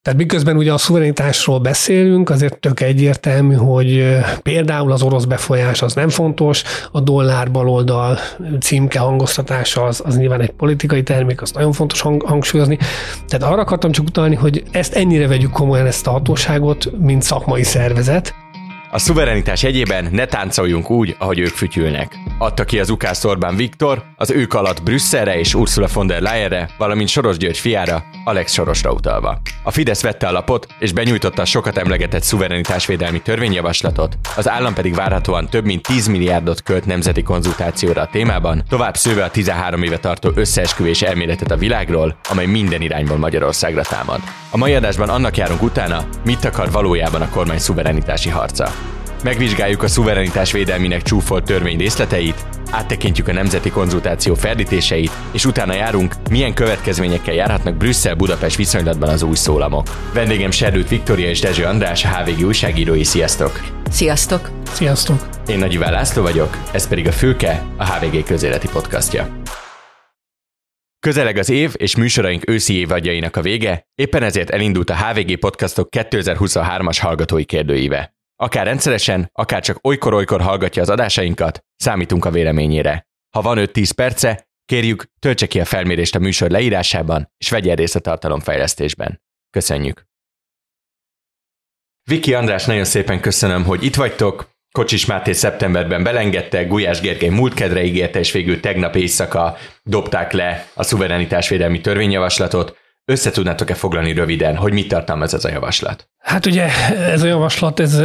Tehát miközben ugye a szuverenitásról beszélünk, azért tök egyértelmű, hogy például az orosz befolyás az nem fontos, a dollár baloldal címke hangoztatása az nyilván egy politikai termék, az nagyon fontos hangsúlyozni. Tehát arra akartam csak utalni, hogy ezt ennyire vegyük komolyan, ezt a hatóságot, mint szakmai szervezet. A szuverenitás jegyében ne táncoljunk úgy, ahogy ők fütyülnek. Adta ki az ukázt Orbán Viktor, az ők alatt Brüsszelre és Ursula von der Leyenre, valamint Soros György fiára, Alex Sorosra utalva. A Fidesz vette a lapot, és benyújtotta a sokat emlegetett szuverenitásvédelmi törvényjavaslatot, az állam pedig várhatóan több mint 10 milliárdot költ nemzeti konzultációra a témában, tovább szőve a 13 éve tartó összeesküvés elméletet a világról, amely minden irányból Magyarországra támad. A mai adásban annak járunk utána, mit akar valójában a kormány szuverenitási harca. Megvizsgáljuk a szuverenitás védelmének csúfolt törvény részleteit, áttekintjük a nemzeti konzultáció ferdítéseit, és utána járunk, milyen következményekkel járhatnak Brüsszel-Budapest viszonylatban az új szólamok. Vendégem Serdült Viktória és Dezső András, a HVG újságírói. Sziasztok! Sziasztok! Sziasztok! Én Nagy Iván László vagyok, ez pedig a Fülke, a HVG közéleti podcastja. Közeleg az év és műsoraink őszi évadjainak a vége, éppen ezért elindult a HVG Podcastok 2023-as hallgatói kérdőíve. Akár rendszeresen, akár csak olykor-olykor hallgatja az adásainkat, számítunk a véleményére. Ha van 5-10 perce, kérjük, töltse ki a felmérést a műsor leírásában, és vegyen részt a tartalomfejlesztésben. Köszönjük! Viki, András, nagyon szépen köszönöm, hogy itt vagytok. Kocsis Máté szeptemberben belengedte, Gulyás Gergely múlt kedre ígérte, és végül tegnap éjszaka dobták le a szuverenitásvédelmi törvényjavaslatot. Össze tudnátok-e foglalni röviden, hogy mit tartalmaz ez a javaslat? Hát ugye ez a javaslat, ez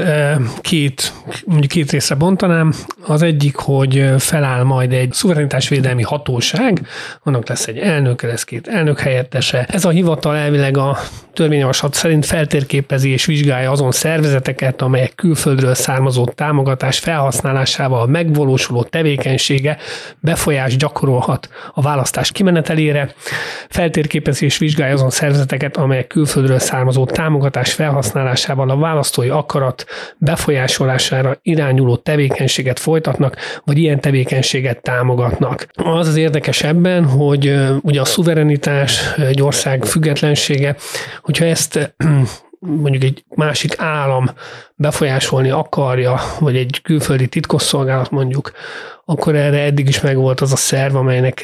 két részre bontanám. Az egyik, hogy feláll majd egy szuverenitásvédelmi hatóság, annak lesz egy elnöke, lesz 2 elnök helyettese. Ez a hivatal elvileg a törvényjavaslat szerint feltérképezi és vizsgálja azon szervezeteket, amelyek külföldről származó támogatás felhasználásával megvalósuló tevékenysége befolyást gyakorolhat a választás kimenetelére. Feltérképezi és vizsgálja azon szervezeteket, amelyek külföldről származó támogatás felhasználásával a választói akarat befolyásolására irányuló tevékenységet folytatnak, vagy ilyen tevékenységet támogatnak. Az az érdekes ebben, hogy ugye a szuverenitás, egy ország függetlensége, hogyha ezt mondjuk egy másik állam befolyásolni akarja, vagy egy külföldi titkosszolgálat mondjuk, akkor erre eddig is megvolt az a szerv, amelynek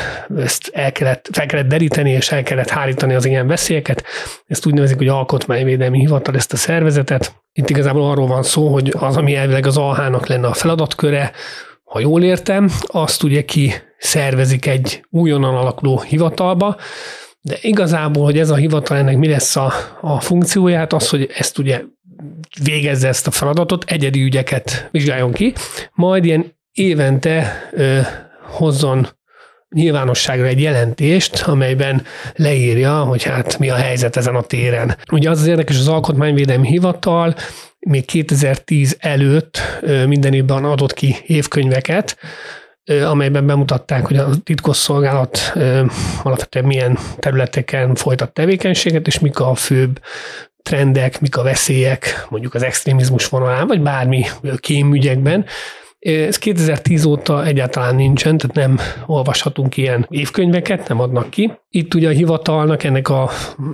ezt fel kellett deríteni, és el kellett hárítani az ilyen veszélyeket. Ezt úgy nevezik, hogy Alkotmányvédelmi Hivatal, ezt a szervezetet. Itt igazából arról van szó, hogy az, ami elvileg az AH-nak lenne a feladatköre, ha jól értem, azt ugye ki szervezik egy újonnan alakuló hivatalba, de igazából, hogy ez a hivatal, ennek mi lesz a funkcióját, az, hogy ezt ugye végezze ezt a feladatot, egyedi ügyeket vizsgáljon ki, majd ilyen évente hozzon nyilvánosságra egy jelentést, amelyben leírja, hogy hát mi a helyzet ezen a téren. Ugye az érdekes, az Alkotmányvédelmi Hivatal még 2010 előtt minden évben adott ki évkönyveket, amelyben bemutatták, hogy a titkosszolgálat alapvetően milyen területeken folytat tevékenységet, és mik a főbb trendek, mik a veszélyek, mondjuk az extrémizmus vonalán, vagy bármi kémügyekben. Ez 2010 óta egyáltalán nincsen, tehát nem olvashatunk ilyen évkönyveket, nem adnak ki. Itt ugye a hivatalnak, ennek a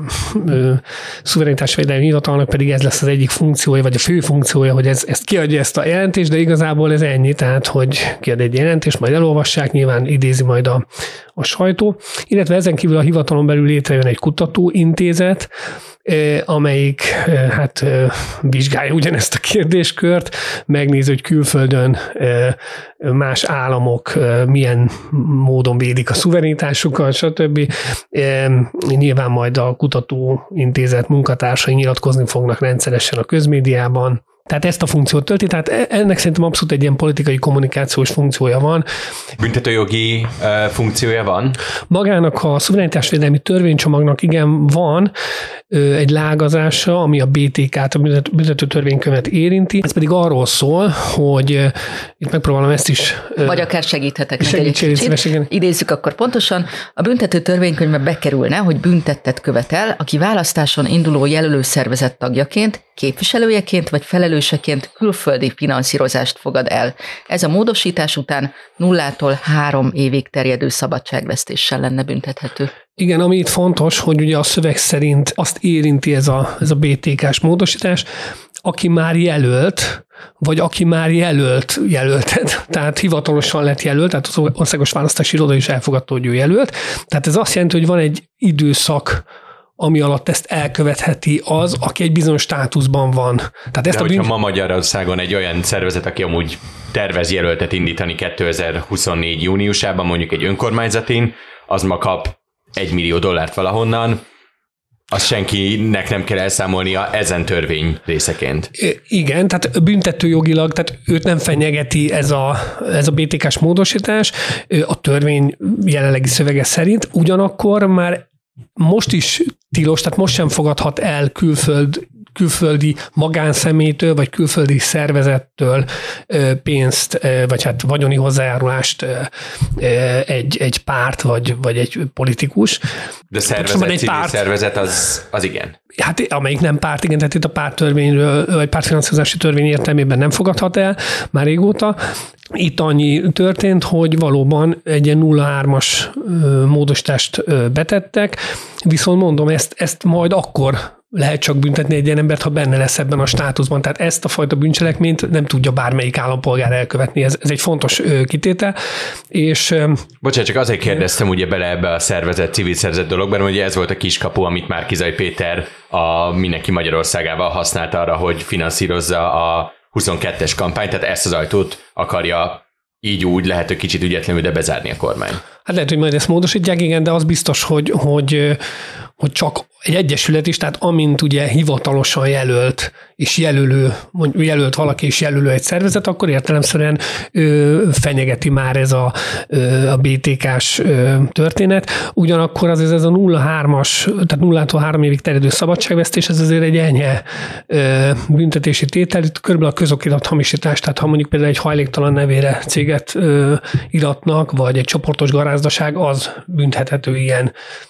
szuverenitásvédelmi hivatalnak pedig ez lesz az egyik funkciója, vagy a fő funkciója, hogy ezt kiadja ezt a jelentést, de igazából ez ennyi, tehát hogy kiad egy jelentést, majd elolvassák, nyilván idézi majd a sajtó, illetve ezen kívül a hivatalon belül létrejön egy kutatóintézet, amelyik hát vizsgálja ugyanezt a kérdéskört, megnézi, hogy külföldön más államok milyen módon védik a szuverenitásukat, stb. Nyilván majd a kutatóintézet munkatársai nyilatkozni fognak rendszeresen a közmédiában. Tehát ezt a funkciót tölti, tehát ennek szerintem abszolút egy ilyen politikai kommunikációs funkciója van. Büntetőjogi funkciója van? Magának a szuverenitásvédelmi törvénycsomagnak igen van egy lágazása, ami a BTK-t, a büntető törvénykönyvet érinti. Ez pedig arról szól, hogy itt megpróbálom ezt is... Vagy akár segíthetek meg egy kicsit. Idézzük akkor pontosan. A büntető törvénykönyvbe bekerülne, hogy büntettet követel, aki választáson induló jelölőszervezet tagjaként, képviselőjeként vagy felelősségként felelőseként külföldi finanszírozást fogad el. Ez a módosítás után 0-tól 3 évig terjedő szabadságvesztéssel lenne büntethető. Igen, ami itt fontos, hogy ugye a szöveg szerint azt érinti ez a BTK-s módosítás, aki már jelölt, vagy aki már jelöltet, tehát hivatalosan lett jelölt, tehát az Országos Választási Iroda is elfogadta, hogy ő jelölt. Tehát ez azt jelenti, hogy van egy időszak, ami alatt ezt elkövetheti az, aki egy bizonyos státuszban van. Tehát ezt hogyha ma Magyarországon egy olyan szervezet, aki amúgy tervez jelöltet indítani 2024 júniusában, mondjuk egy önkormányzatin, az ma kap $1 millió valahonnan, azt senkinek nem kell elszámolnia ezen törvény részeként. Igen, tehát büntetőjogilag, tehát őt nem fenyegeti ez a BTK-s módosítás a törvény jelenlegi szövege szerint, ugyanakkor már most is tilos, tehát most sem fogadhat el külföldi magánszemélytől, vagy külföldi szervezettől pénzt, vagy hát vagyoni hozzájárulást egy párt, vagy egy politikus. De szervezet, civil szervezet az igen. Hát amelyik nem párt, igen, tehát itt a párttörvényről, vagy pártfinanszírozási törvény értelmében nem fogadhat el már régóta. Itt annyi történt, hogy valóban egy ilyen 0,3-as módosítást betettek, viszont mondom, ezt majd akkor lehet csak büntetni egy ilyen embert, ha benne lesz ebben a státuszban. Tehát ezt a fajta bűncselekményt nem tudja bármelyik állampolgár elkövetni. Ez egy fontos kitétel. És bocsánat, csak azért kérdeztem ugye bele ebbe a civil szervezet dologban, hogy ez volt a kiskapu, amit Márki-Zay Péter a Mindenki Magyarországával használt arra, hogy finanszírozza a 22-es kampányt, tehát ezt az ajtót akarja így úgy lehet, hogy kicsit ügyetlenül, de bezárni a kormány. Hát lehet, hogy majd ezt módosítják, igen, de az biztos, hogy csak egy egyesület is, tehát amint ugye hivatalosan jelölt és jelölt valaki és jelölő egy szervezet, akkor értelemszerűen fenyegeti már ez a BTK-s történet. Ugyanakkor azért ez a 0,3-as, tehát 0-tól 3 évig terjedő szabadságvesztés, ez azért egy enyhe büntetési tétel. Itt körülbelül a közokirat hamisítás, tehát ha mondjuk például egy hajléktalan nevére céget iratnak, vagy egy csoportos garázdaság, az büntethető ilyen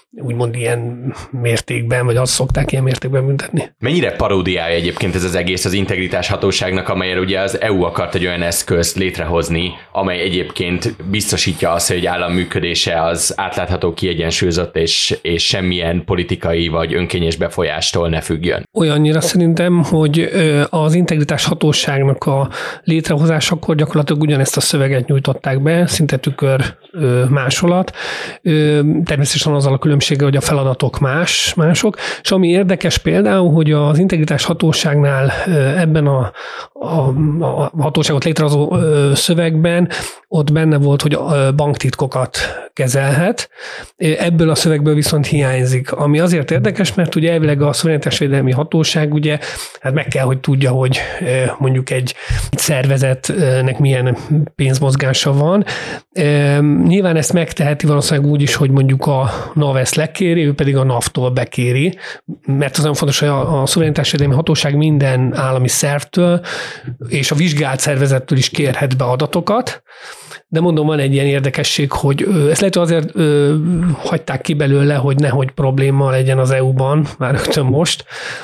mértékben, vagy azt szokták ilyen mértékben büntetni. Mennyire paródiája egyébként ez az egész az integritás hatóságnak, amelyel ugye az EU akart egy olyan eszközt létrehozni, amely egyébként biztosítja azt, hogy egy állam működése az átlátható, kiegyensúlyozott, és semmilyen politikai vagy önkényes befolyástól ne függjön. Olyannyira szerintem, hogy az integritás hatóságnak a létrehozásakor gyakorlatilag ugyanezt a szöveget nyújtották be, szinte tükör másolat. Természetesen azzal a különbsége, hogy a feladatok mások, és ami érdekes például, hogy az integritás hatóságnál ebben a hatóságot létrehozó szövegben ott benne volt, hogy banktitkokat kezelhet. Ebből a szövegből viszont hiányzik. Ami azért érdekes, mert ugye elvileg a szuverenitásvédelmi hatóság ugye hát meg kell, hogy tudja, hogy mondjuk egy szervezetnek milyen pénzmozgása van. Nyilván ezt megteheti valószínűleg úgy is, hogy mondjuk a NAV ezt lekéri, ő pedig a NAV-tól bekéri, mert az nagyon fontos, hogy a szuverenitásvédelmi hatóság minden állami szervtől és a vizsgált szervezettől is kérhet be adatokat, de mondom, van egy ilyen érdekesség, hogy ezt lehet, azért hagyták ki belőle, hogy nehogy probléma legyen az EU-ban, már rögtön most,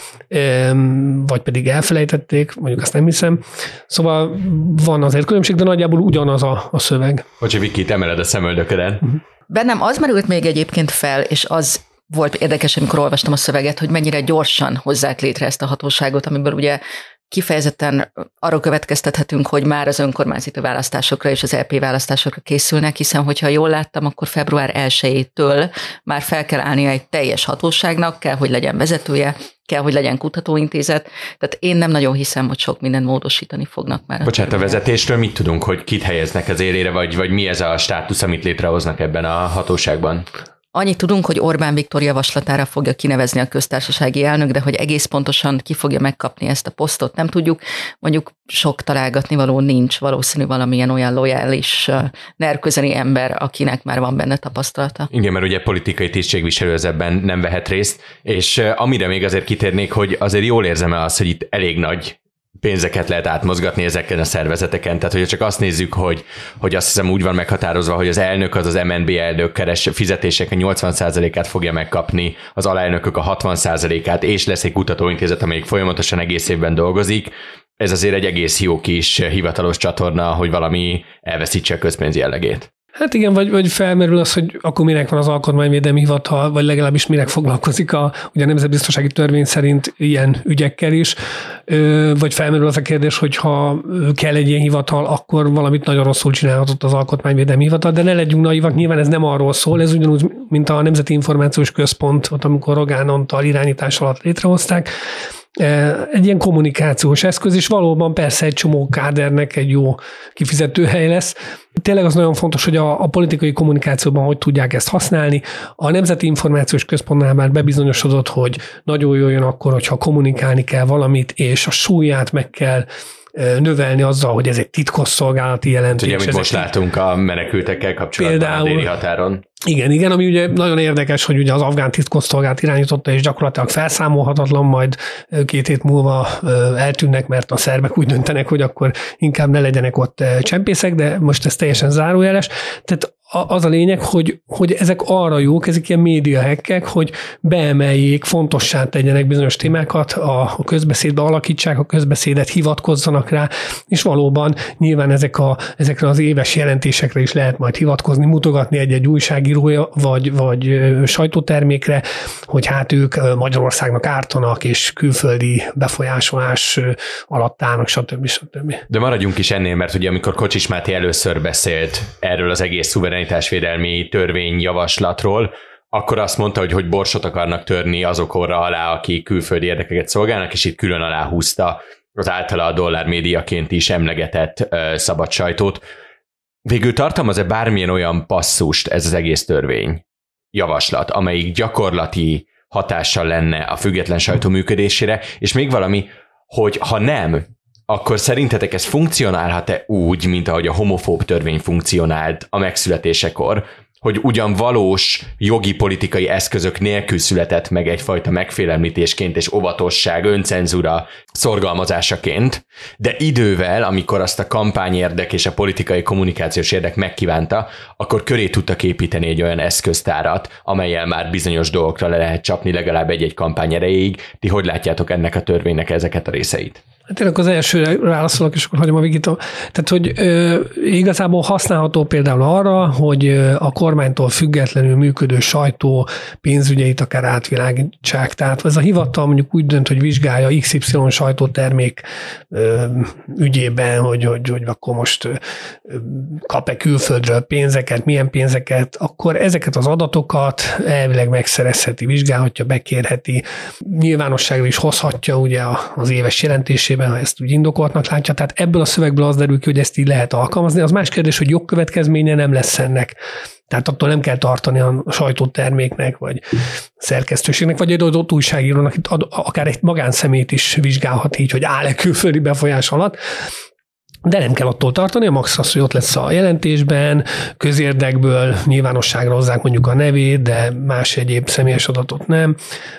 vagy pedig elfelejtették, mondjuk azt nem hiszem. Szóval van azért különbség, de nagyjából ugyanaz a szöveg. Bocsi, Viki, emeled a szemöldöködet. Bennem az merült még egyébként fel, és az volt érdekes, amikor olvastam a szöveget, hogy mennyire gyorsan hozzák létre ezt a hatóságot, amiből ugye kifejezetten arra következtethetünk, hogy már az önkormányzati választásokra és az EP választásokra készülnek, hiszen hogyha jól láttam, akkor február 1-től már fel kell állnia egy teljes hatóságnak, kell, hogy legyen vezetője, kell, hogy legyen kutatóintézet. Tehát én nem nagyon hiszem, hogy sok mindent módosítani fognak már. Bocsánat, a vezetésről mit tudunk, hogy kit helyeznek az élére, vagy mi ez a státusz, amit létrehoznak ebben a hatóságban? Annyit tudunk, hogy Orbán Viktor javaslatára fogja kinevezni a köztársasági elnök, de hogy egész pontosan ki fogja megkapni ezt a posztot, nem tudjuk. Mondjuk sok találgatni való nincs, valószínű valamilyen olyan lojális, NER-közeli ember, akinek már van benne tapasztalata. Igen, mert ugye politikai tisztségviselő az ebben nem vehet részt, és amire még azért kitérnék, hogy azért jól érzem el azt, hogy itt elég nagy pénzeket lehet átmozgatni ezeken a szervezeteken. Tehát, hogyha csak azt nézzük, hogy azt hiszem úgy van meghatározva, hogy az elnök az MNB elnök fizetések a 80%-át fogja megkapni, az alelnökök a 60%-át, és lesz egy kutatóintézet, amelyik folyamatosan egész évben dolgozik. ez azért egy egész jó kis hivatalos csatorna, hogy valami elveszítse a közpénz jellegét. Hát igen, vagy felmerül az, hogy akkor minek van az Alkotmányvédelmi Hivatal, vagy legalábbis minek foglalkozik ugye a nemzetbiztonsági törvény szerint ilyen ügyekkel is, vagy felmerül az a kérdés, hogy ha kell egy ilyen hivatal, akkor valamit nagyon rosszul csinálhatott az Alkotmányvédelmi Hivatal, de ne legyünk naivak, nyilván ez nem arról szól, ez ugyanúgy, mint a Nemzeti Információs Központ, amikor Rogán Antal irányítás alatt létrehozták, egy ilyen kommunikációs eszköz, és valóban persze egy csomó kádernek egy jó kifizetőhely lesz. Tényleg az nagyon fontos, hogy a politikai kommunikációban hogy tudják ezt használni. A Nemzeti Információs Központnál már bebizonyosodott, hogy nagyon jól jön akkor, hogyha kommunikálni kell valamit, és a súlyát meg kell növelni azzal, hogy ez egy titkosszolgálati jelentés. Ugye, amit most látunk a menekültekkel kapcsolatban például, a déli határon. Igen, ami ugye nagyon érdekes, hogy ugye az afgán titkosszolgálat irányította, és gyakorlatilag felszámolhatatlan, majd 2 hét múlva eltűnnek, mert a szerbek úgy döntenek, hogy akkor inkább ne legyenek ott csempészek, de most ez teljesen zárójeles. Tehát az a lényeg, hogy ezek arra jók, ezek ilyen médiahekkek, hogy beemeljék, fontossá tegyenek bizonyos témákat, a közbeszédbe alakítsák a közbeszédet, hivatkozzanak rá, és valóban nyilván ezekre az éves jelentésekre is lehet majd hivatkozni, mutogatni egy újságírója, vagy sajtótermékre, hogy hát ők Magyarországnak ártanak, és külföldi befolyásolás alatt állnak, stb. De maradjunk is ennél, mert ugye amikor Kocsis Máté először beszélt erről az egész szuverenitásvédelmi törvényjavaslatról, akkor azt mondta, hogy borsot akarnak törni azokra alá, akik külföldi érdekeket szolgálnak, és itt külön aláhúzta az általa a dollár médiaként is emlegetett szabad sajtót. Végül tartalmaz-e bármilyen olyan passzust ez az egész törvény javaslat, amelyik gyakorlati hatással lenne a független sajtó működésére, és még valami, hogy ha nem, akkor szerintetek ez funkcionálhat-e úgy, mint ahogy a homofób törvény funkcionált a megszületésekor, hogy ugyan valós jogi politikai eszközök nélkül született meg egyfajta megfélemlítésként és óvatosság, öncenzúra szorgalmazásaként, de idővel, amikor azt a kampányérdek és a politikai kommunikációs érdek megkívánta, akkor köré tudtak építeni egy olyan eszköztárat, amellyel már bizonyos dolgokra le lehet csapni legalább egy-egy kampány erejéig. Ti hogy látjátok ennek a törvénynek ezeket a részeit? Hát tényleg az elsőre válaszolok, és akkor hagyom a Vigitól. Tehát, hogy igazából használható például arra, hogy a kormánytól függetlenül működő sajtó pénzügyeit akár átvilágítsák. Tehát ez a hivatal mondjuk úgy dönt, hogy vizsgálja XY sajtótermék ügyében, hogy akkor most kap-e külföldről pénzeket, milyen pénzeket, akkor ezeket az adatokat elvileg megszerezheti, vizsgálhatja, bekérheti, nyilvánosságra is hozhatja ugye az éves jelentésében, ha ezt úgy indokoltnak látja. Tehát ebből a szövegből az derül ki, hogy ezt így lehet alkalmazni. Az más kérdés, hogy jogkövetkezménye nem lesz ennek. Tehát attól nem kell tartani a sajtóterméknek, vagy szerkesztőségnek, vagy egy adott újságírónak, akár egy magánszemét is vizsgálhat így, hogy áll-e külföldi befolyás alatt. De nem kell attól tartani, a max az, hogy ott lesz a jelentésben, közérdekből nyilvánosságra hozzák mondjuk a nevét, de más egyéb személyes adatot nem.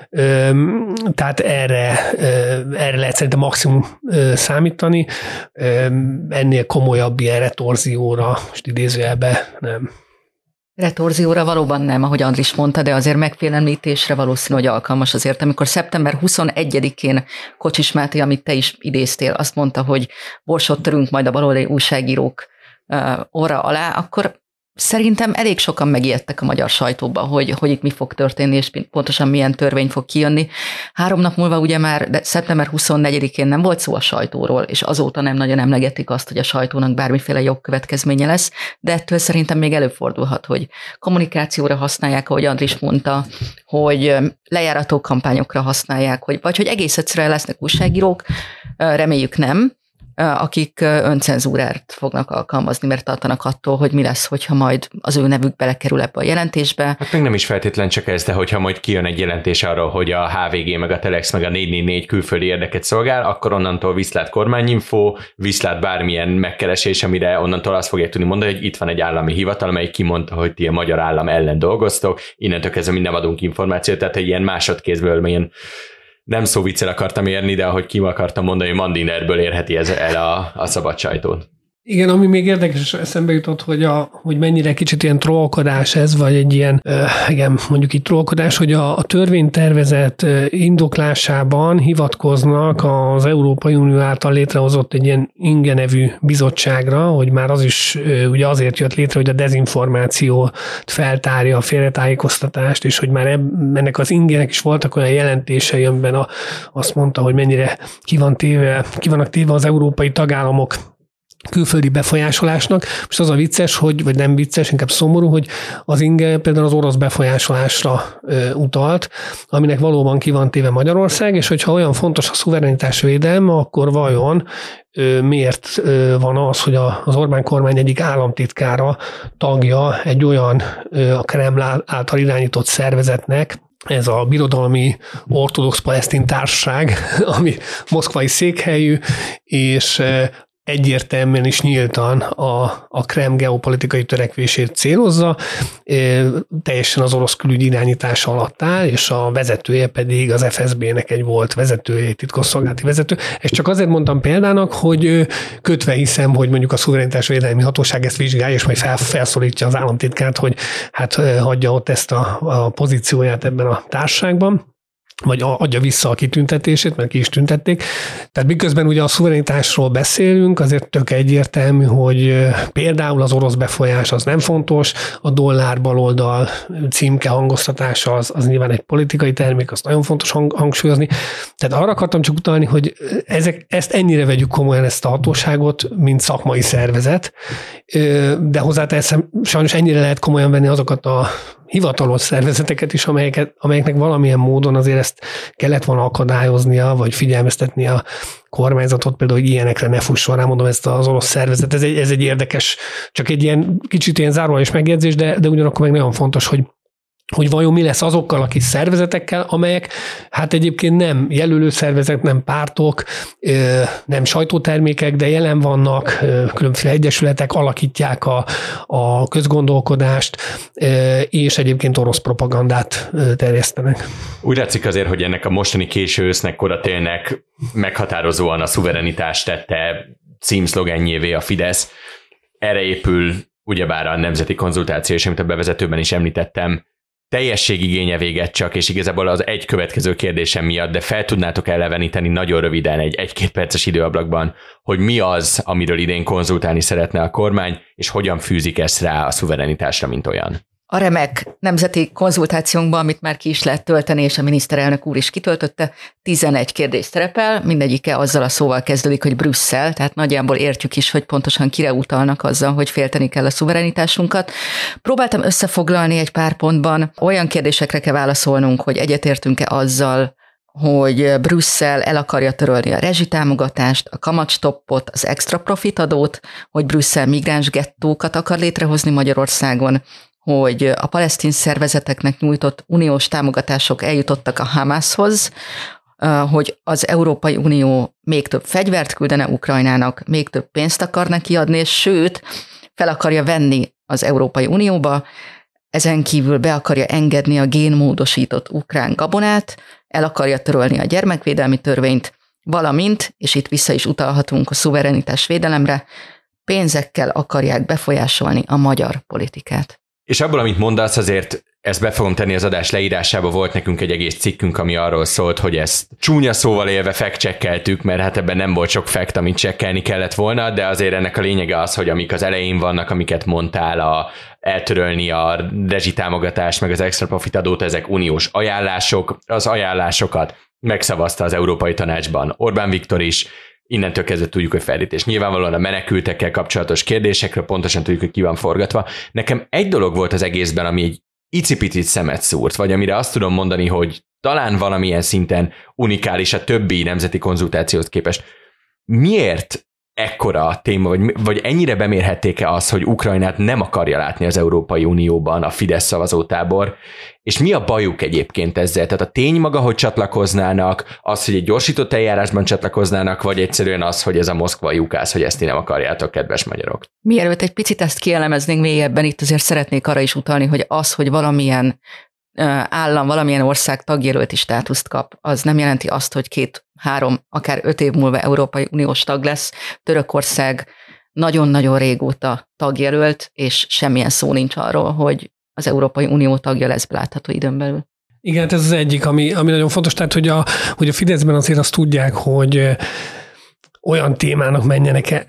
Tehát erre lehet szerintem maximum számítani. Ennél komolyabb ilyen retorzióra, most idézőjelben nem. Retorzióra valóban nem, ahogy Andris mondta, de azért megfélemlítésre valószínű, hogy alkalmas azért. Amikor szeptember 21-én Kocsis Máté, amit te is idéztél, azt mondta, hogy borsot törünk majd a baloldali újságírók orra alá, akkor szerintem elég sokan megijedtek a magyar sajtóba, hogy itt mi fog történni, és pontosan milyen törvény fog kijönni. 3 nap múlva ugye már szeptember 24-én nem volt szó a sajtóról, és azóta nem nagyon emlegetik azt, hogy a sajtónak bármiféle jogkövetkezménye lesz, de ettől szerintem még előfordulhat, hogy kommunikációra használják, ahogy Andris mondta, hogy lejárató kampányokra használják, vagy hogy egész egyszerűen lesznek újságírók, reméljük nem, akik öncenzúrát fognak alkalmazni, mert tartanak attól, hogy mi lesz, hogyha majd az ő nevük belekerül ebbe a jelentésbe. Hát még nem is feltétlen csak ez, de hogyha majd kijön egy jelentés arról, hogy a HVG, meg a Telex, meg a 444 külföldi érdeket szolgál, akkor onnantól viszlát kormányinfo, viszlát bármilyen megkeresés, amire onnantól azt fogják tudni mondani, hogy itt van egy állami hivatal, amely kimondta, hogy ti a magyar állam ellen dolgoztok, innentől kezdve mi nem adunk információt, tehát egy ilyen másodkézből, ilyen nem szó viccel akartam érni, de ahogy ki akartam mondani, Mandinerből érheti ez el a szabad sajtót. Igen, ami még érdekes eszembe jutott, hogy mennyire kicsit ilyen trollkodás ez, vagy egy ilyen, igen, mondjuk így trollkodás, hogy a törvénytervezet indoklásában hivatkoznak az Európai Unió által létrehozott egy ilyen INGE nevű bizottságra, hogy már az is ugye azért jött létre, hogy a dezinformációt feltárja, a félretájékoztatást, és hogy már ennek az INGE-nek is voltak olyan jelentései, amiben azt mondta, hogy mennyire ki vannak téve az európai tagállamok külföldi befolyásolásnak. Most az a vicces, vagy nem vicces, inkább szomorú, hogy az INGE például az orosz befolyásolásra utalt, aminek valóban ki van téve Magyarország, és hogyha olyan fontos a szuverenitás védelme, akkor vajon miért van az, hogy az Orbán kormány egyik államtitkára tagja egy olyan a Kreml által irányított szervezetnek, ez a Birodalmi Ortodox Palesztin Társaság, ami moszkvai székhelyű, és egyértelműen is nyíltan a Kreml geopolitikai törekvését célozza, teljesen az orosz külügy irányítása alatt áll, és a vezetője pedig az FSB-nek egy volt vezetője, egy titkosszolgálati vezető. Ezt csak azért mondtam példának, hogy kötve hiszem, hogy mondjuk a szuverenitásvédelmi hatóság ezt vizsgálja, és majd felszólítja az államtitkát, hogy hát hagyja ott ezt a pozícióját ebben a társaságban, vagy adja vissza a kitüntetését, mert ki is tüntették. Tehát miközben ugye a szuverenitásról beszélünk, azért tök egyértelmű, hogy például az orosz befolyás az nem fontos, a dollár baloldal címke hangoztatása az nyilván egy politikai termék, az nagyon fontos hangsúlyozni. Tehát arra akartam csak utalni, hogy ezt ennyire vegyük komolyan, ezt a hatóságot, mint szakmai szervezet, de hozzáteszem, sajnos ennyire lehet komolyan venni azokat a hivatalos szervezeteket is, amelyeknek valamilyen módon azért ezt kellett volna akadályoznia, vagy figyelmeztetni a kormányzatot, például, hogy ilyenekre ne fusson rá, mondom, ezt az orosz szervezet. Ez egy érdekes, csak egy ilyen kicsit ilyen zárójeles megjegyzés, de ugyanakkor meg nagyon fontos, hogy vajon mi lesz azokkal a kis szervezetekkel, amelyek hát egyébként nem jelölő szervezetek, nem pártok, nem sajtótermékek, de jelen vannak, különféle egyesületek alakítják a közgondolkodást, és egyébként orosz propagandát terjesztenek. Úgy látszik azért, hogy ennek a mostani késő ősznek, koratélnek meghatározóan a szuverenitást tette címszlogenjévé a Fidesz. Erre épül ugyebár a nemzeti konzultáció, és amit a bevezetőben is említettem, teljességigénye véget csak, és igazából az egy következő kérdésem miatt, de fel tudnátok eleveníteni nagyon röviden egy-két perces időablakban, hogy mi az, amiről idén konzultálni szeretne a kormány, és hogyan fűzik ezt rá a szuverenitásra, mint olyan. A remek nemzeti konzultációnkban, amit már ki is lehet tölteni, és a miniszterelnök úr is kitöltötte, 11 kérdés szerepel, mindegyike azzal a szóval kezdődik, hogy Brüsszel, tehát nagyjából értjük is, hogy pontosan kire utalnak azzal, hogy félteni kell a szuverenitásunkat. Próbáltam összefoglalni egy pár pontban, olyan kérdésekre kell válaszolnunk, hogy egyetértünk-e azzal, hogy Brüsszel el akarja törölni a rezsitámogatást, a kamatstoppot, az extra profit adót, hogy Brüsszel migráns gettókat akar létrehozni Magyarországon, hogy a palesztin szervezeteknek nyújtott uniós támogatások eljutottak a Hamászhoz, hogy az Európai Unió még több fegyvert küldene Ukrajnának, még több pénzt akar neki adni, és sőt, fel akarja venni az Európai Unióba, ezen kívül be akarja engedni a génmódosított ukrán gabonát, el akarja törölni a gyermekvédelmi törvényt, valamint, és itt vissza is utalhatunk a szuverenitás védelemre, pénzekkel akarják befolyásolni a magyar politikát. És abból, amit mondasz, azért ezt be fogom tenni az adás leírásába, volt nekünk egy egész cikkünk, ami arról szólt, hogy ezt csúnya szóval élve fact-checkeltük, mert hát ebben nem volt sok fact, amit checkelni kellett volna, de azért ennek a lényege az, hogy amik az elején vannak, amiket mondtál, eltörölni a rezsitámogatást, meg az extra profit adót, ezek uniós ajánlások, az ajánlásokat megszavazta az Európai Tanácsban Orbán Viktor is, innentől kezdve tudjuk, hogy fellépés. Nyilvánvalóan a menekültekkel kapcsolatos kérdésekről pontosan tudjuk, hogy ki van forgatva. Nekem egy dolog volt az egészben, ami egy icipicit szemet szúrt, vagy amire azt tudom mondani, hogy talán valamilyen szinten unikális a többi nemzeti konzultációhoz képest. Miért ekkora a téma, vagy ennyire bemérhették-e azt, hogy Ukrajnát nem akarja látni az Európai Unióban a Fidesz szavazótábor, és mi a bajuk egyébként ezzel? Tehát a tény maga, hogy csatlakoznának, az, hogy egy gyorsított eljárásban csatlakoznának, vagy egyszerűen az, hogy ez a moszkvai ukáz, hogy ezt ti nem akarjátok, kedves magyarok? Mielőtt egy picit ezt kielemeznénk mélyebben, itt azért szeretnék arra is utalni, hogy az, hogy valamilyen állam, valamilyen ország tagjelölti státuszt kap, az nem jelenti azt, hogy 2, 3, akár 5 év múlva Európai Uniós tag lesz. Törökország nagyon-nagyon régóta tagjelölt, és semmilyen szó nincs arról, hogy az Európai Unió tagja lesz belátható időn belül. Igen, ez az egyik, ami nagyon fontos, tehát hogy a Fideszben azért azt tudják, hogy olyan témának menjenek,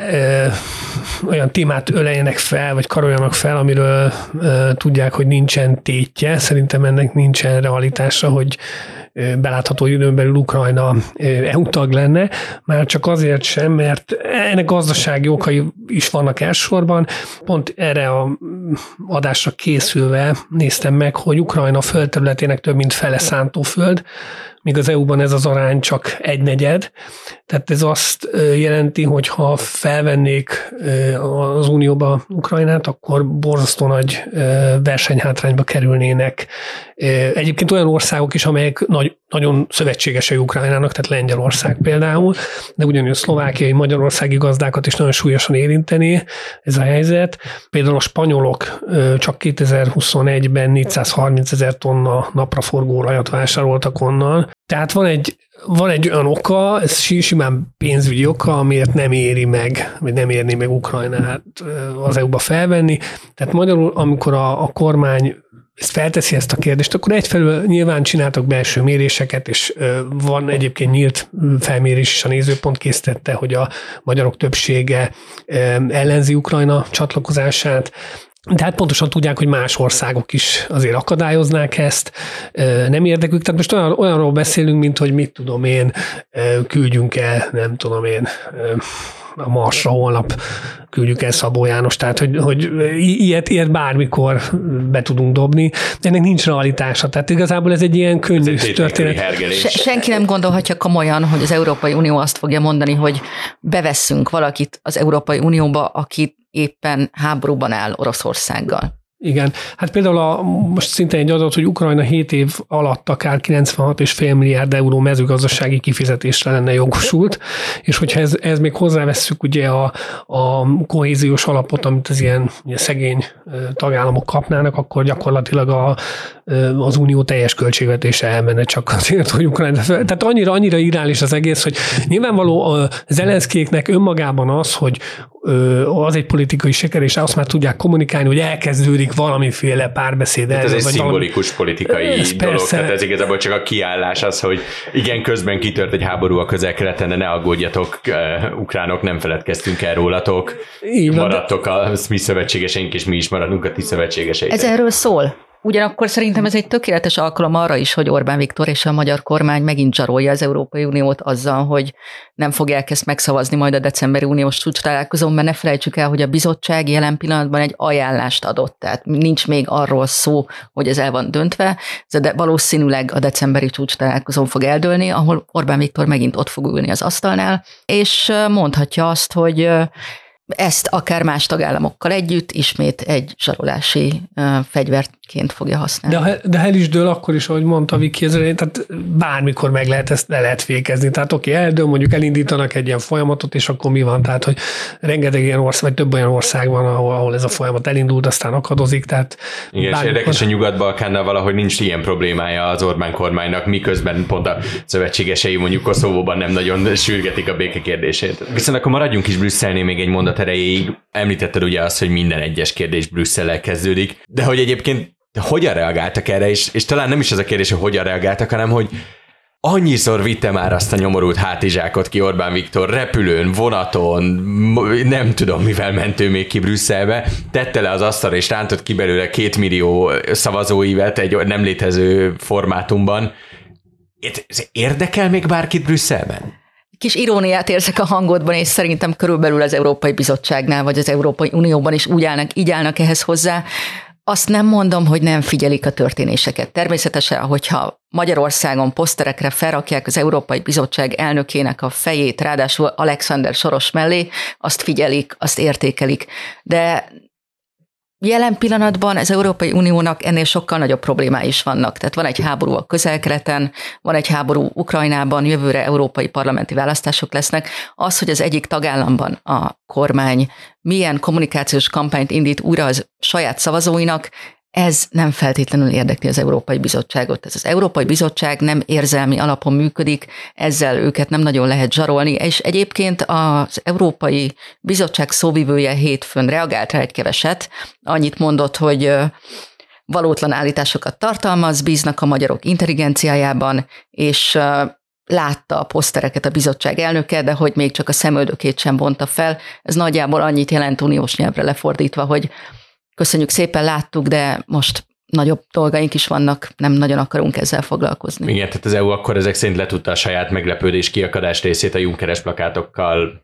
olyan témát öleljenek fel, vagy karoljanak fel, amiről tudják, hogy nincsen tétje. Szerintem ennek nincsen realitása, hogy belátható időn belül Ukrajna EU tag lenne, már csak azért sem, mert ennek gazdasági okai is vannak elsősorban. Pont erre a adásra készülve néztem meg, hogy Ukrajna földterületének több mint fele szántóföld, míg az EU-ban ez az arány csak 1/4. Tehát ez azt jelenti, hogy ha felvennék az Unióba Ukrajnát, akkor borzasztó nagy versenyhátrányba kerülnének. Egyébként olyan országok is, amelyek nagyon szövetségesei Ukrajnának, tehát Lengyelország például, de ugyanúgy szlovákiai, magyarországi gazdákat is nagyon súlyosan érinteni ez a helyzet. Például a spanyolok csak 2021-ben 430 000 tonna napraforgó olajat vásároltak onnan. Tehát van egy olyan oka, ez simán pénzügyi oka, amiért nem éri meg, vagy nem érné meg Ukrajnát az EU-ba felvenni. Tehát magyarul, amikor a kormány felteszi ezt a kérdést, akkor egyfelől nyilván csináltak belső méréseket, és van egyébként nyílt felmérés is, a Nézőpont készítette, hogy a magyarok többsége ellenzi Ukrajna csatlakozását. De hát pontosan tudják, hogy más országok is azért akadályoznák ezt, nem érdekük. Tehát most olyanról beszélünk, mint hogy mit tudom én, küldjünk el, nem tudom én, a Marsra holnap küldjük el Szabó János, tehát hogy ilyet bármikor be tudunk dobni, de ennek nincs realitása, tehát igazából ez egy ilyen könnyű történet. Senki nem gondolhatja komolyan, hogy az Európai Unió azt fogja mondani, hogy bevesszünk valakit az Európai Unióba, aki éppen háborúban áll Oroszországgal. Igen, hát például most szintén egy adat, hogy Ukrajna 7 év alatt akár 96,5 milliárd euró mezőgazdasági kifizetésre lenne jogosult, és hogyha ez még hozzávesszük ugye a kohéziós alapot, amit az ilyen szegény tagállamok kapnának, akkor gyakorlatilag az unió teljes költségvetése elmenne csak azért, hogy Ukrajna tehát annyira irreális az egész, hogy nyilvánvaló Zelenszkijéknek önmagában az, hogy az egy politikai siker, és azt már tudják kommunikálni, hogy elkezdődik valamiféle párbeszéd. Ez egy szimbolikus politikai dolog, tehát ez igazából csak a kiállás az, hogy igen, közben kitört egy háború a Közel-Keleten, de ne aggódjatok, ukránok, nem feledkeztünk el rólatok, maradtok a mi szövetségeseink, és mi is maradunk a ti szövetségeseink. Ez erről szól. Ugyanakkor szerintem ez egy tökéletes alkalom arra is, hogy Orbán Viktor és a magyar kormány megint zsarolja az Európai Uniót azzal, hogy nem fogják ezt megszavazni majd a decemberi uniós csúcstalálkozón, mert ne felejtsük el, hogy a bizottság jelen pillanatban egy ajánlást adott, tehát nincs még arról szó, hogy ez el van döntve, de valószínűleg a decemberi csúcstalálkozón fog eldőlni, ahol Orbán Viktor megint ott fog ülni az asztalnál, és mondhatja azt, hogy ezt akár más tagállamokkal együtt ismét egy zsarolási fegyverként fogja használni. De el is dől akkor is, ahogy mondta Viki, tehát bármikor meg lehet ezt le lehet fékezni. Tehát eldől, mondjuk elindítanak egy ilyen folyamatot, és akkor mi van? Tehát, hogy rengeteg ilyen ország, vagy több olyan ország van, ahol ez a folyamat elindult, aztán akadozik. Tehát igen, és érdekes, a Nyugat-Balkánnal valahogy nincs ilyen problémája az Orbán kormánynak, miközben pont a szövetségesei mondjuk Koszovóban nem nagyon sürgetik a béke kérdését. Viszont akkor maradjunk is Brüsszelnél még egy mondat erejéig. Említetted ugye azt, hogy minden egyes kérdés Brüsszellel kezdődik, de hogy egyébként hogyan reagáltak erre, és talán nem is az a kérdés, hogy hogyan reagáltak, hanem hogy annyiszor vitte már azt a nyomorult hátizsákot ki Orbán Viktor repülőn, vonaton, nem tudom mivel ment ő még ki Brüsszelbe, tette le az asztalra és rántott ki belőle 2 millió szavazóívet egy nem létező formátumban. Ez érdekel még bárkit Brüsszelben? Kis iróniát érzek a hangodban, és szerintem körülbelül az Európai Bizottságnál, vagy az Európai Unióban is így állnak ehhez hozzá. Azt nem mondom, hogy nem figyelik a történéseket. Természetesen, hogyha Magyarországon poszterekre felrakják az Európai Bizottság elnökének a fejét, ráadásul Alexander Soros mellé, azt figyelik, azt értékelik. De jelen pillanatban az Európai Uniónak ennél sokkal nagyobb problémái is vannak. Tehát van egy háború a Közel-Keleten, van egy háború Ukrajnában, jövőre európai parlamenti választások lesznek. Az, hogy az egyik tagállamban a kormány milyen kommunikációs kampányt indít újra az saját szavazóinak, ez nem feltétlenül érdekli az Európai Bizottságot. Ez az Európai Bizottság nem érzelmi alapon működik, ezzel őket nem nagyon lehet zsarolni, és egyébként az Európai Bizottság szóvivője hétfőn reagált rá egy keveset, annyit mondott, hogy valótlan állításokat tartalmaz, bíznak a magyarok intelligenciájában, és látta a posztereket a bizottság elnöke, de hogy még csak a szemöldökét sem vonta fel. Ez nagyjából annyit jelent uniós nyelvre lefordítva, hogy köszönjük szépen, láttuk, de most nagyobb dolgaink is vannak, nem nagyon akarunk ezzel foglalkozni. Igen, tehát az EU akkor ezek szerint letudta a saját meglepődés kiakadás részét a Junckeres plakátokkal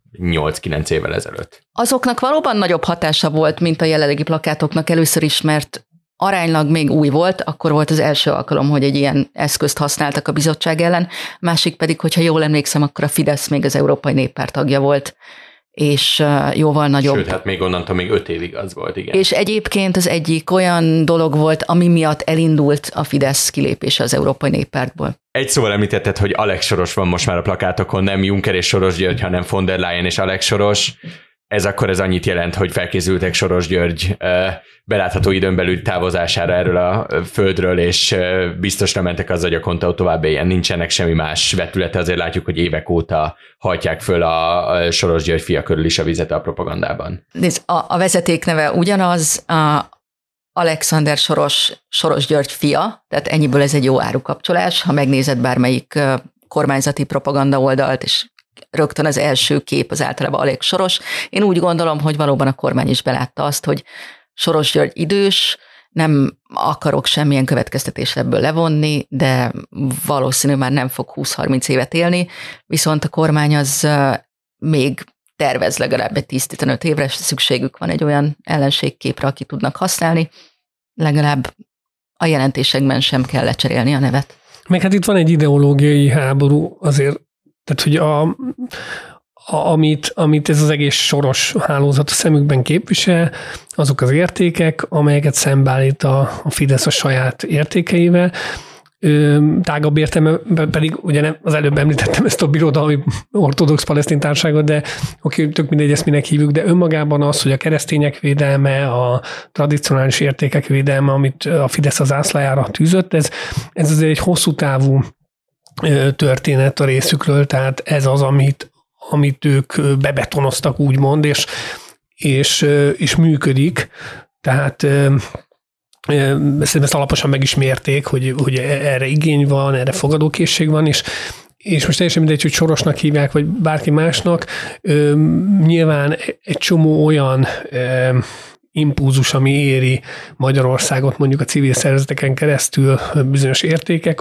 8-9 évvel ezelőtt. Azoknak valóban nagyobb hatása volt, mint a jelenlegi plakátoknak, először is, mert aránylag még új volt, akkor volt az első alkalom, hogy egy ilyen eszközt használtak a bizottság ellen, másik pedig, hogyha jól emlékszem, akkor a Fidesz még az Európai Néppárt tagja volt, és jóval nagyobb. Sőt, hát még onnantól még 5 évig az volt, igen. És egyébként az egyik olyan dolog volt, ami miatt elindult a Fidesz kilépése az Európai Néppártból. Egy szóval említetted, hogy Alex Soros van most már a plakátokon, nem Juncker és Soros György, hanem von der Leyen és Alex Soros. Ez annyit jelent, hogy felkészültek Soros György belátható időn belül távozására erről a földről, és biztosra mentek azzal, hogy a Konta tovább éljen. Nincsenek semmi más vetülete, azért látjuk, hogy évek óta hajtják föl a Soros György fia körül is a vizet a propagandában. Nézd, a vezeték neve ugyanaz, Alexander Soros György fia, tehát ennyiből ez egy jó árukapcsolás. Ha megnézed bármelyik kormányzati propaganda oldalt, és rögtön az első kép az általában Alex Soros. Én úgy gondolom, hogy valóban a kormány is belátta azt, hogy Soros György idős, nem akarok semmilyen következtetést ebből levonni, de valószínű már nem fog 20-30 évet élni, viszont a kormány az még tervez legalább egy 10-15 évre, szükségük van egy olyan ellenségképre, aki tudnak használni, legalább a jelentésekben sem kell lecserélni a nevet. Meg hát itt van egy ideológiai háború azért, tehát hogy amit ez az egész Soros hálózat a szemükben képvisel, azok az értékek, amelyeket szembeállít a Fidesz a saját értékeivel. Tágabb értelemben pedig, ugye nem, az előbb említettem ezt a birodalmi ortodox palesztin társaságot, de oké, tök mindegy, ezt minek hívjuk, de önmagában az, hogy a keresztények védelme, a tradicionális értékek védelme, amit a Fidesz az zászlajára tűzött, ez azért egy hosszú távú történet a részükről, tehát ez az, amit ők bebetonoztak, úgymond, és működik. Tehát ezt alaposan meg is mérték, hogy erre igény van, erre fogadókészség van, és most teljesen mindegy, hogy Sorosnak hívják, vagy bárki másnak, nyilván egy csomó olyan impulzus, ami éri Magyarországot mondjuk a civil szervezeteken keresztül bizonyos értékek,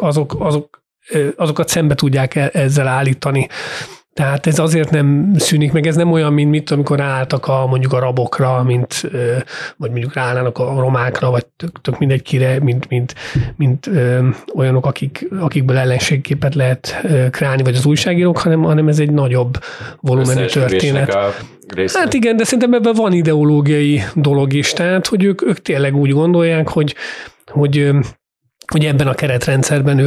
azokat szembe tudják ezzel állítani. Tehát ez azért nem szűnik meg, ez nem olyan, mint amikor ráálltak mondjuk a rabokra, vagy mondjuk ráállnának a romákra, vagy tök mindegy kire, mint olyanok, akikből ellenségképet lehet kreálni, vagy az újságírók, hanem ez egy nagyobb volumenű történet. Hát igen, de szerintem ebben van ideológiai dolog is, tehát hogy ők tényleg úgy gondolják, hogy ebben a keretrendszerben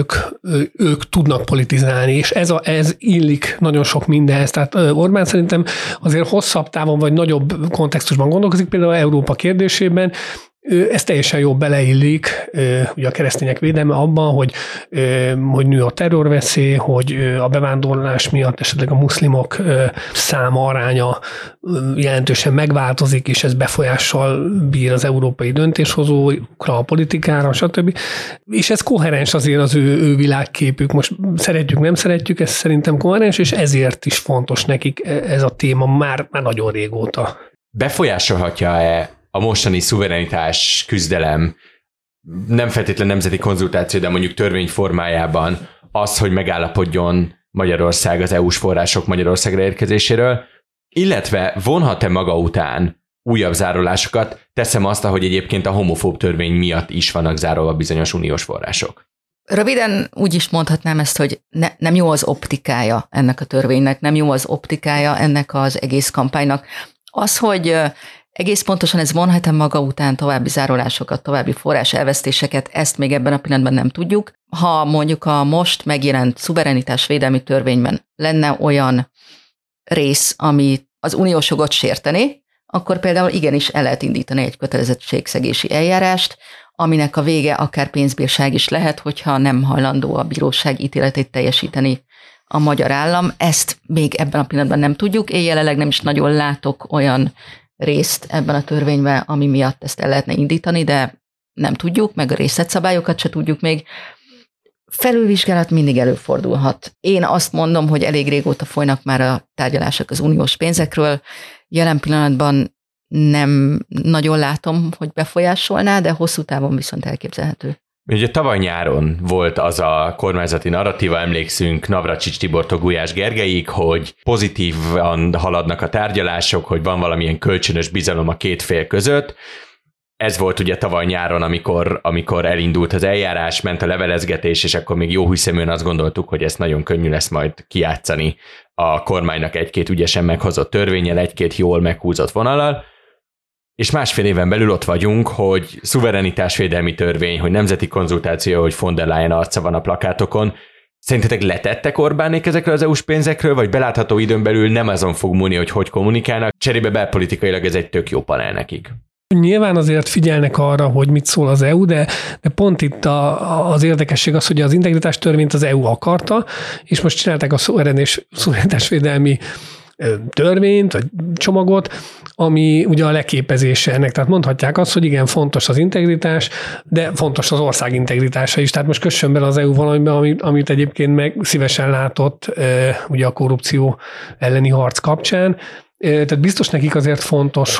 ők tudnak politizálni, és ez illik nagyon sok mindenhez. Tehát Orbán szerintem azért hosszabb távon vagy nagyobb kontextusban gondolkozik, például Európa kérdésében, ez teljesen jól beleillik, ugye a keresztények védelme abban, hogy nő a terrorveszély, hogy a bevándorlás miatt esetleg a muszlimok száma, aránya jelentősen megváltozik, és ez befolyással bír az európai döntéshozókra, a politikára, stb. És ez koherens azért az ő világképük. Most szeretjük, nem szeretjük, ez szerintem koherens, és ezért is fontos nekik ez a téma már nagyon régóta. Befolyásolhatja-e a mostani szuverenitás küzdelem, nem feltétlenül nemzeti konzultáció, de mondjuk törvény formájában az, hogy megállapodjon Magyarország az EU-s források Magyarországra érkezéséről, illetve vonhat-e maga után újabb zárolásokat? Teszem azt, hogy egyébként a homofób törvény miatt is vannak zárolva bizonyos uniós források. Röviden úgy is mondhatnám ezt, hogy nem jó az optikája ennek a törvénynek, nem jó az optikája ennek az egész kampánynak. Az, hogy egész pontosan ez vonhat-e maga után további zárolásokat, további forrás elvesztéseket, ezt még ebben a pillanatban nem tudjuk. Ha mondjuk a most megjelent szuverenitásvédelmi törvényben lenne olyan rész, ami az uniós jogot sérteni, akkor például igenis el lehet indítani egy kötelezettségszegési eljárást, aminek a vége akár pénzbírság is lehet, hogyha nem hajlandó a bíróság ítéletét teljesíteni a magyar állam. Ezt még ebben a pillanatban nem tudjuk. Én jelenleg nem is nagyon látok olyan részt ebben a törvényben, ami miatt ezt el lehetne indítani, de nem tudjuk, meg a részletszabályokat se tudjuk még. Felülvizsgálat mindig előfordulhat. Én azt mondom, hogy elég régóta folynak már a tárgyalások az uniós pénzekről. Jelen pillanatban nem nagyon látom, hogy befolyásolná, de hosszú távon viszont elképzelhető. Ugye tavaly nyáron volt az a kormányzati narratíva, emlékszünk Navracsics Tibortól Gulyás Gergelyig, hogy pozitívan haladnak a tárgyalások, hogy van valamilyen kölcsönös bizalom a két fél között. Ez volt ugye tavaly nyáron, amikor elindult az eljárás, ment a levelezgetés, és akkor még jó hiszeműen azt gondoltuk, hogy ezt nagyon könnyű lesz majd kijátszani a kormánynak egy-két ügyesen meghozott törvénnyel, egy-két jól meghúzott vonallal. És másfél éven belül ott vagyunk, hogy szuverenitásvédelmi törvény, hogy nemzeti konzultáció, hogy von der Leyen arca van a plakátokon. Szerintetek letettek Orbánék ezekről az EU-s pénzekről, vagy belátható időn belül nem azon fog múlni, hogy kommunikálnak, cserébe belpolitikailag ez egy tök jó panel nekik? Nyilván azért figyelnek arra, hogy mit szól az EU, de pont itt az érdekesség az, hogy az integritás törvényt az EU akarta, és most csinálták a szuverenitásvédelmi törvényt, vagy csomagot, ami ugye a leképezése ennek. Tehát mondhatják azt, hogy igen, fontos az integritás, de fontos az ország integritása is. Tehát most kössön bele az EU valamiben, amit egyébként meg szívesen látott ugye a korrupció elleni harc kapcsán. Tehát biztos nekik azért fontos,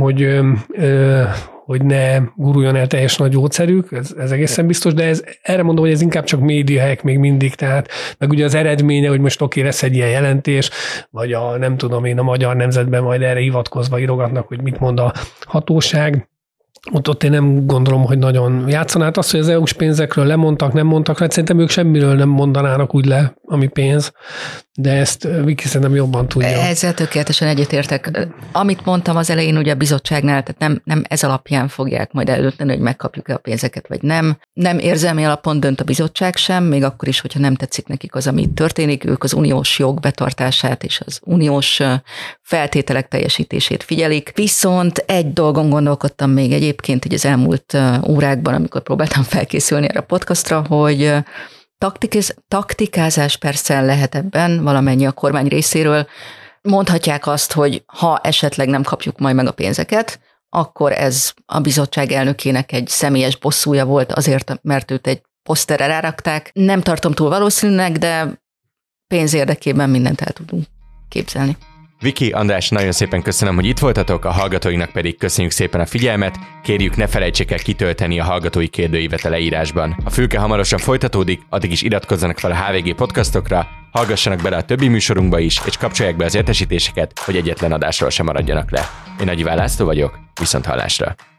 hogy ne guruljon el teljes nagy gyógyszerük, ez egészen biztos, de erre mondom, hogy ez inkább csak médiahack még mindig, tehát meg ugye az eredménye, hogy most oké, lesz egy ilyen jelentés, vagy a Magyar Nemzetben majd erre hivatkozva írogatnak, hogy mit mond a hatóság. Ott én nem gondolom, hogy nagyon játszanát. Azt, hogy az EU-s pénzekről lemondtak, nem mondtak, hát szerintem ők semmiről nem mondanának úgy le, ami pénz, de ezt Viki szerintem jobban tudja. Ezzel tökéletesen egyetértek. Amit mondtam az elején, ugye a bizottságnál, tehát nem ez alapján fogják majd eldönteni, hogy megkapjuk-e a pénzeket, vagy nem. Nem érzelmi alapon dönt a bizottság sem, még akkor is, hogyha nem tetszik nekik az, ami történik, ők az uniós jog betartását és az uniós feltételek teljesítését figyelik. Viszont egy dolgon gondolkodtam még egyébként így az elmúlt órákban, amikor próbáltam felkészülni erre a podcastra, hogy taktikázás persze lehet ebben valamennyi a kormány részéről. Mondhatják azt, hogy ha esetleg nem kapjuk majd meg a pénzeket, akkor ez a bizottság elnökének egy személyes bosszúja volt azért, mert őt egy poszterre rárakták. Nem tartom túl valószínűnek, de pénz érdekében mindent el tudunk képzelni. Viki, András, nagyon szépen köszönöm, hogy itt voltatok, a hallgatóinknak pedig köszönjük szépen a figyelmet, kérjük ne felejtsék el kitölteni a hallgatói kérdőívet a leírásban. A Fülke hamarosan folytatódik, addig is iratkozzanak fel a HVG podcastokra, hallgassanak bele a többi műsorunkba is, és kapcsolják be az értesítéseket, hogy egyetlen adásról sem maradjanak le. Én Nagy Iván László vagyok, viszont hallásra!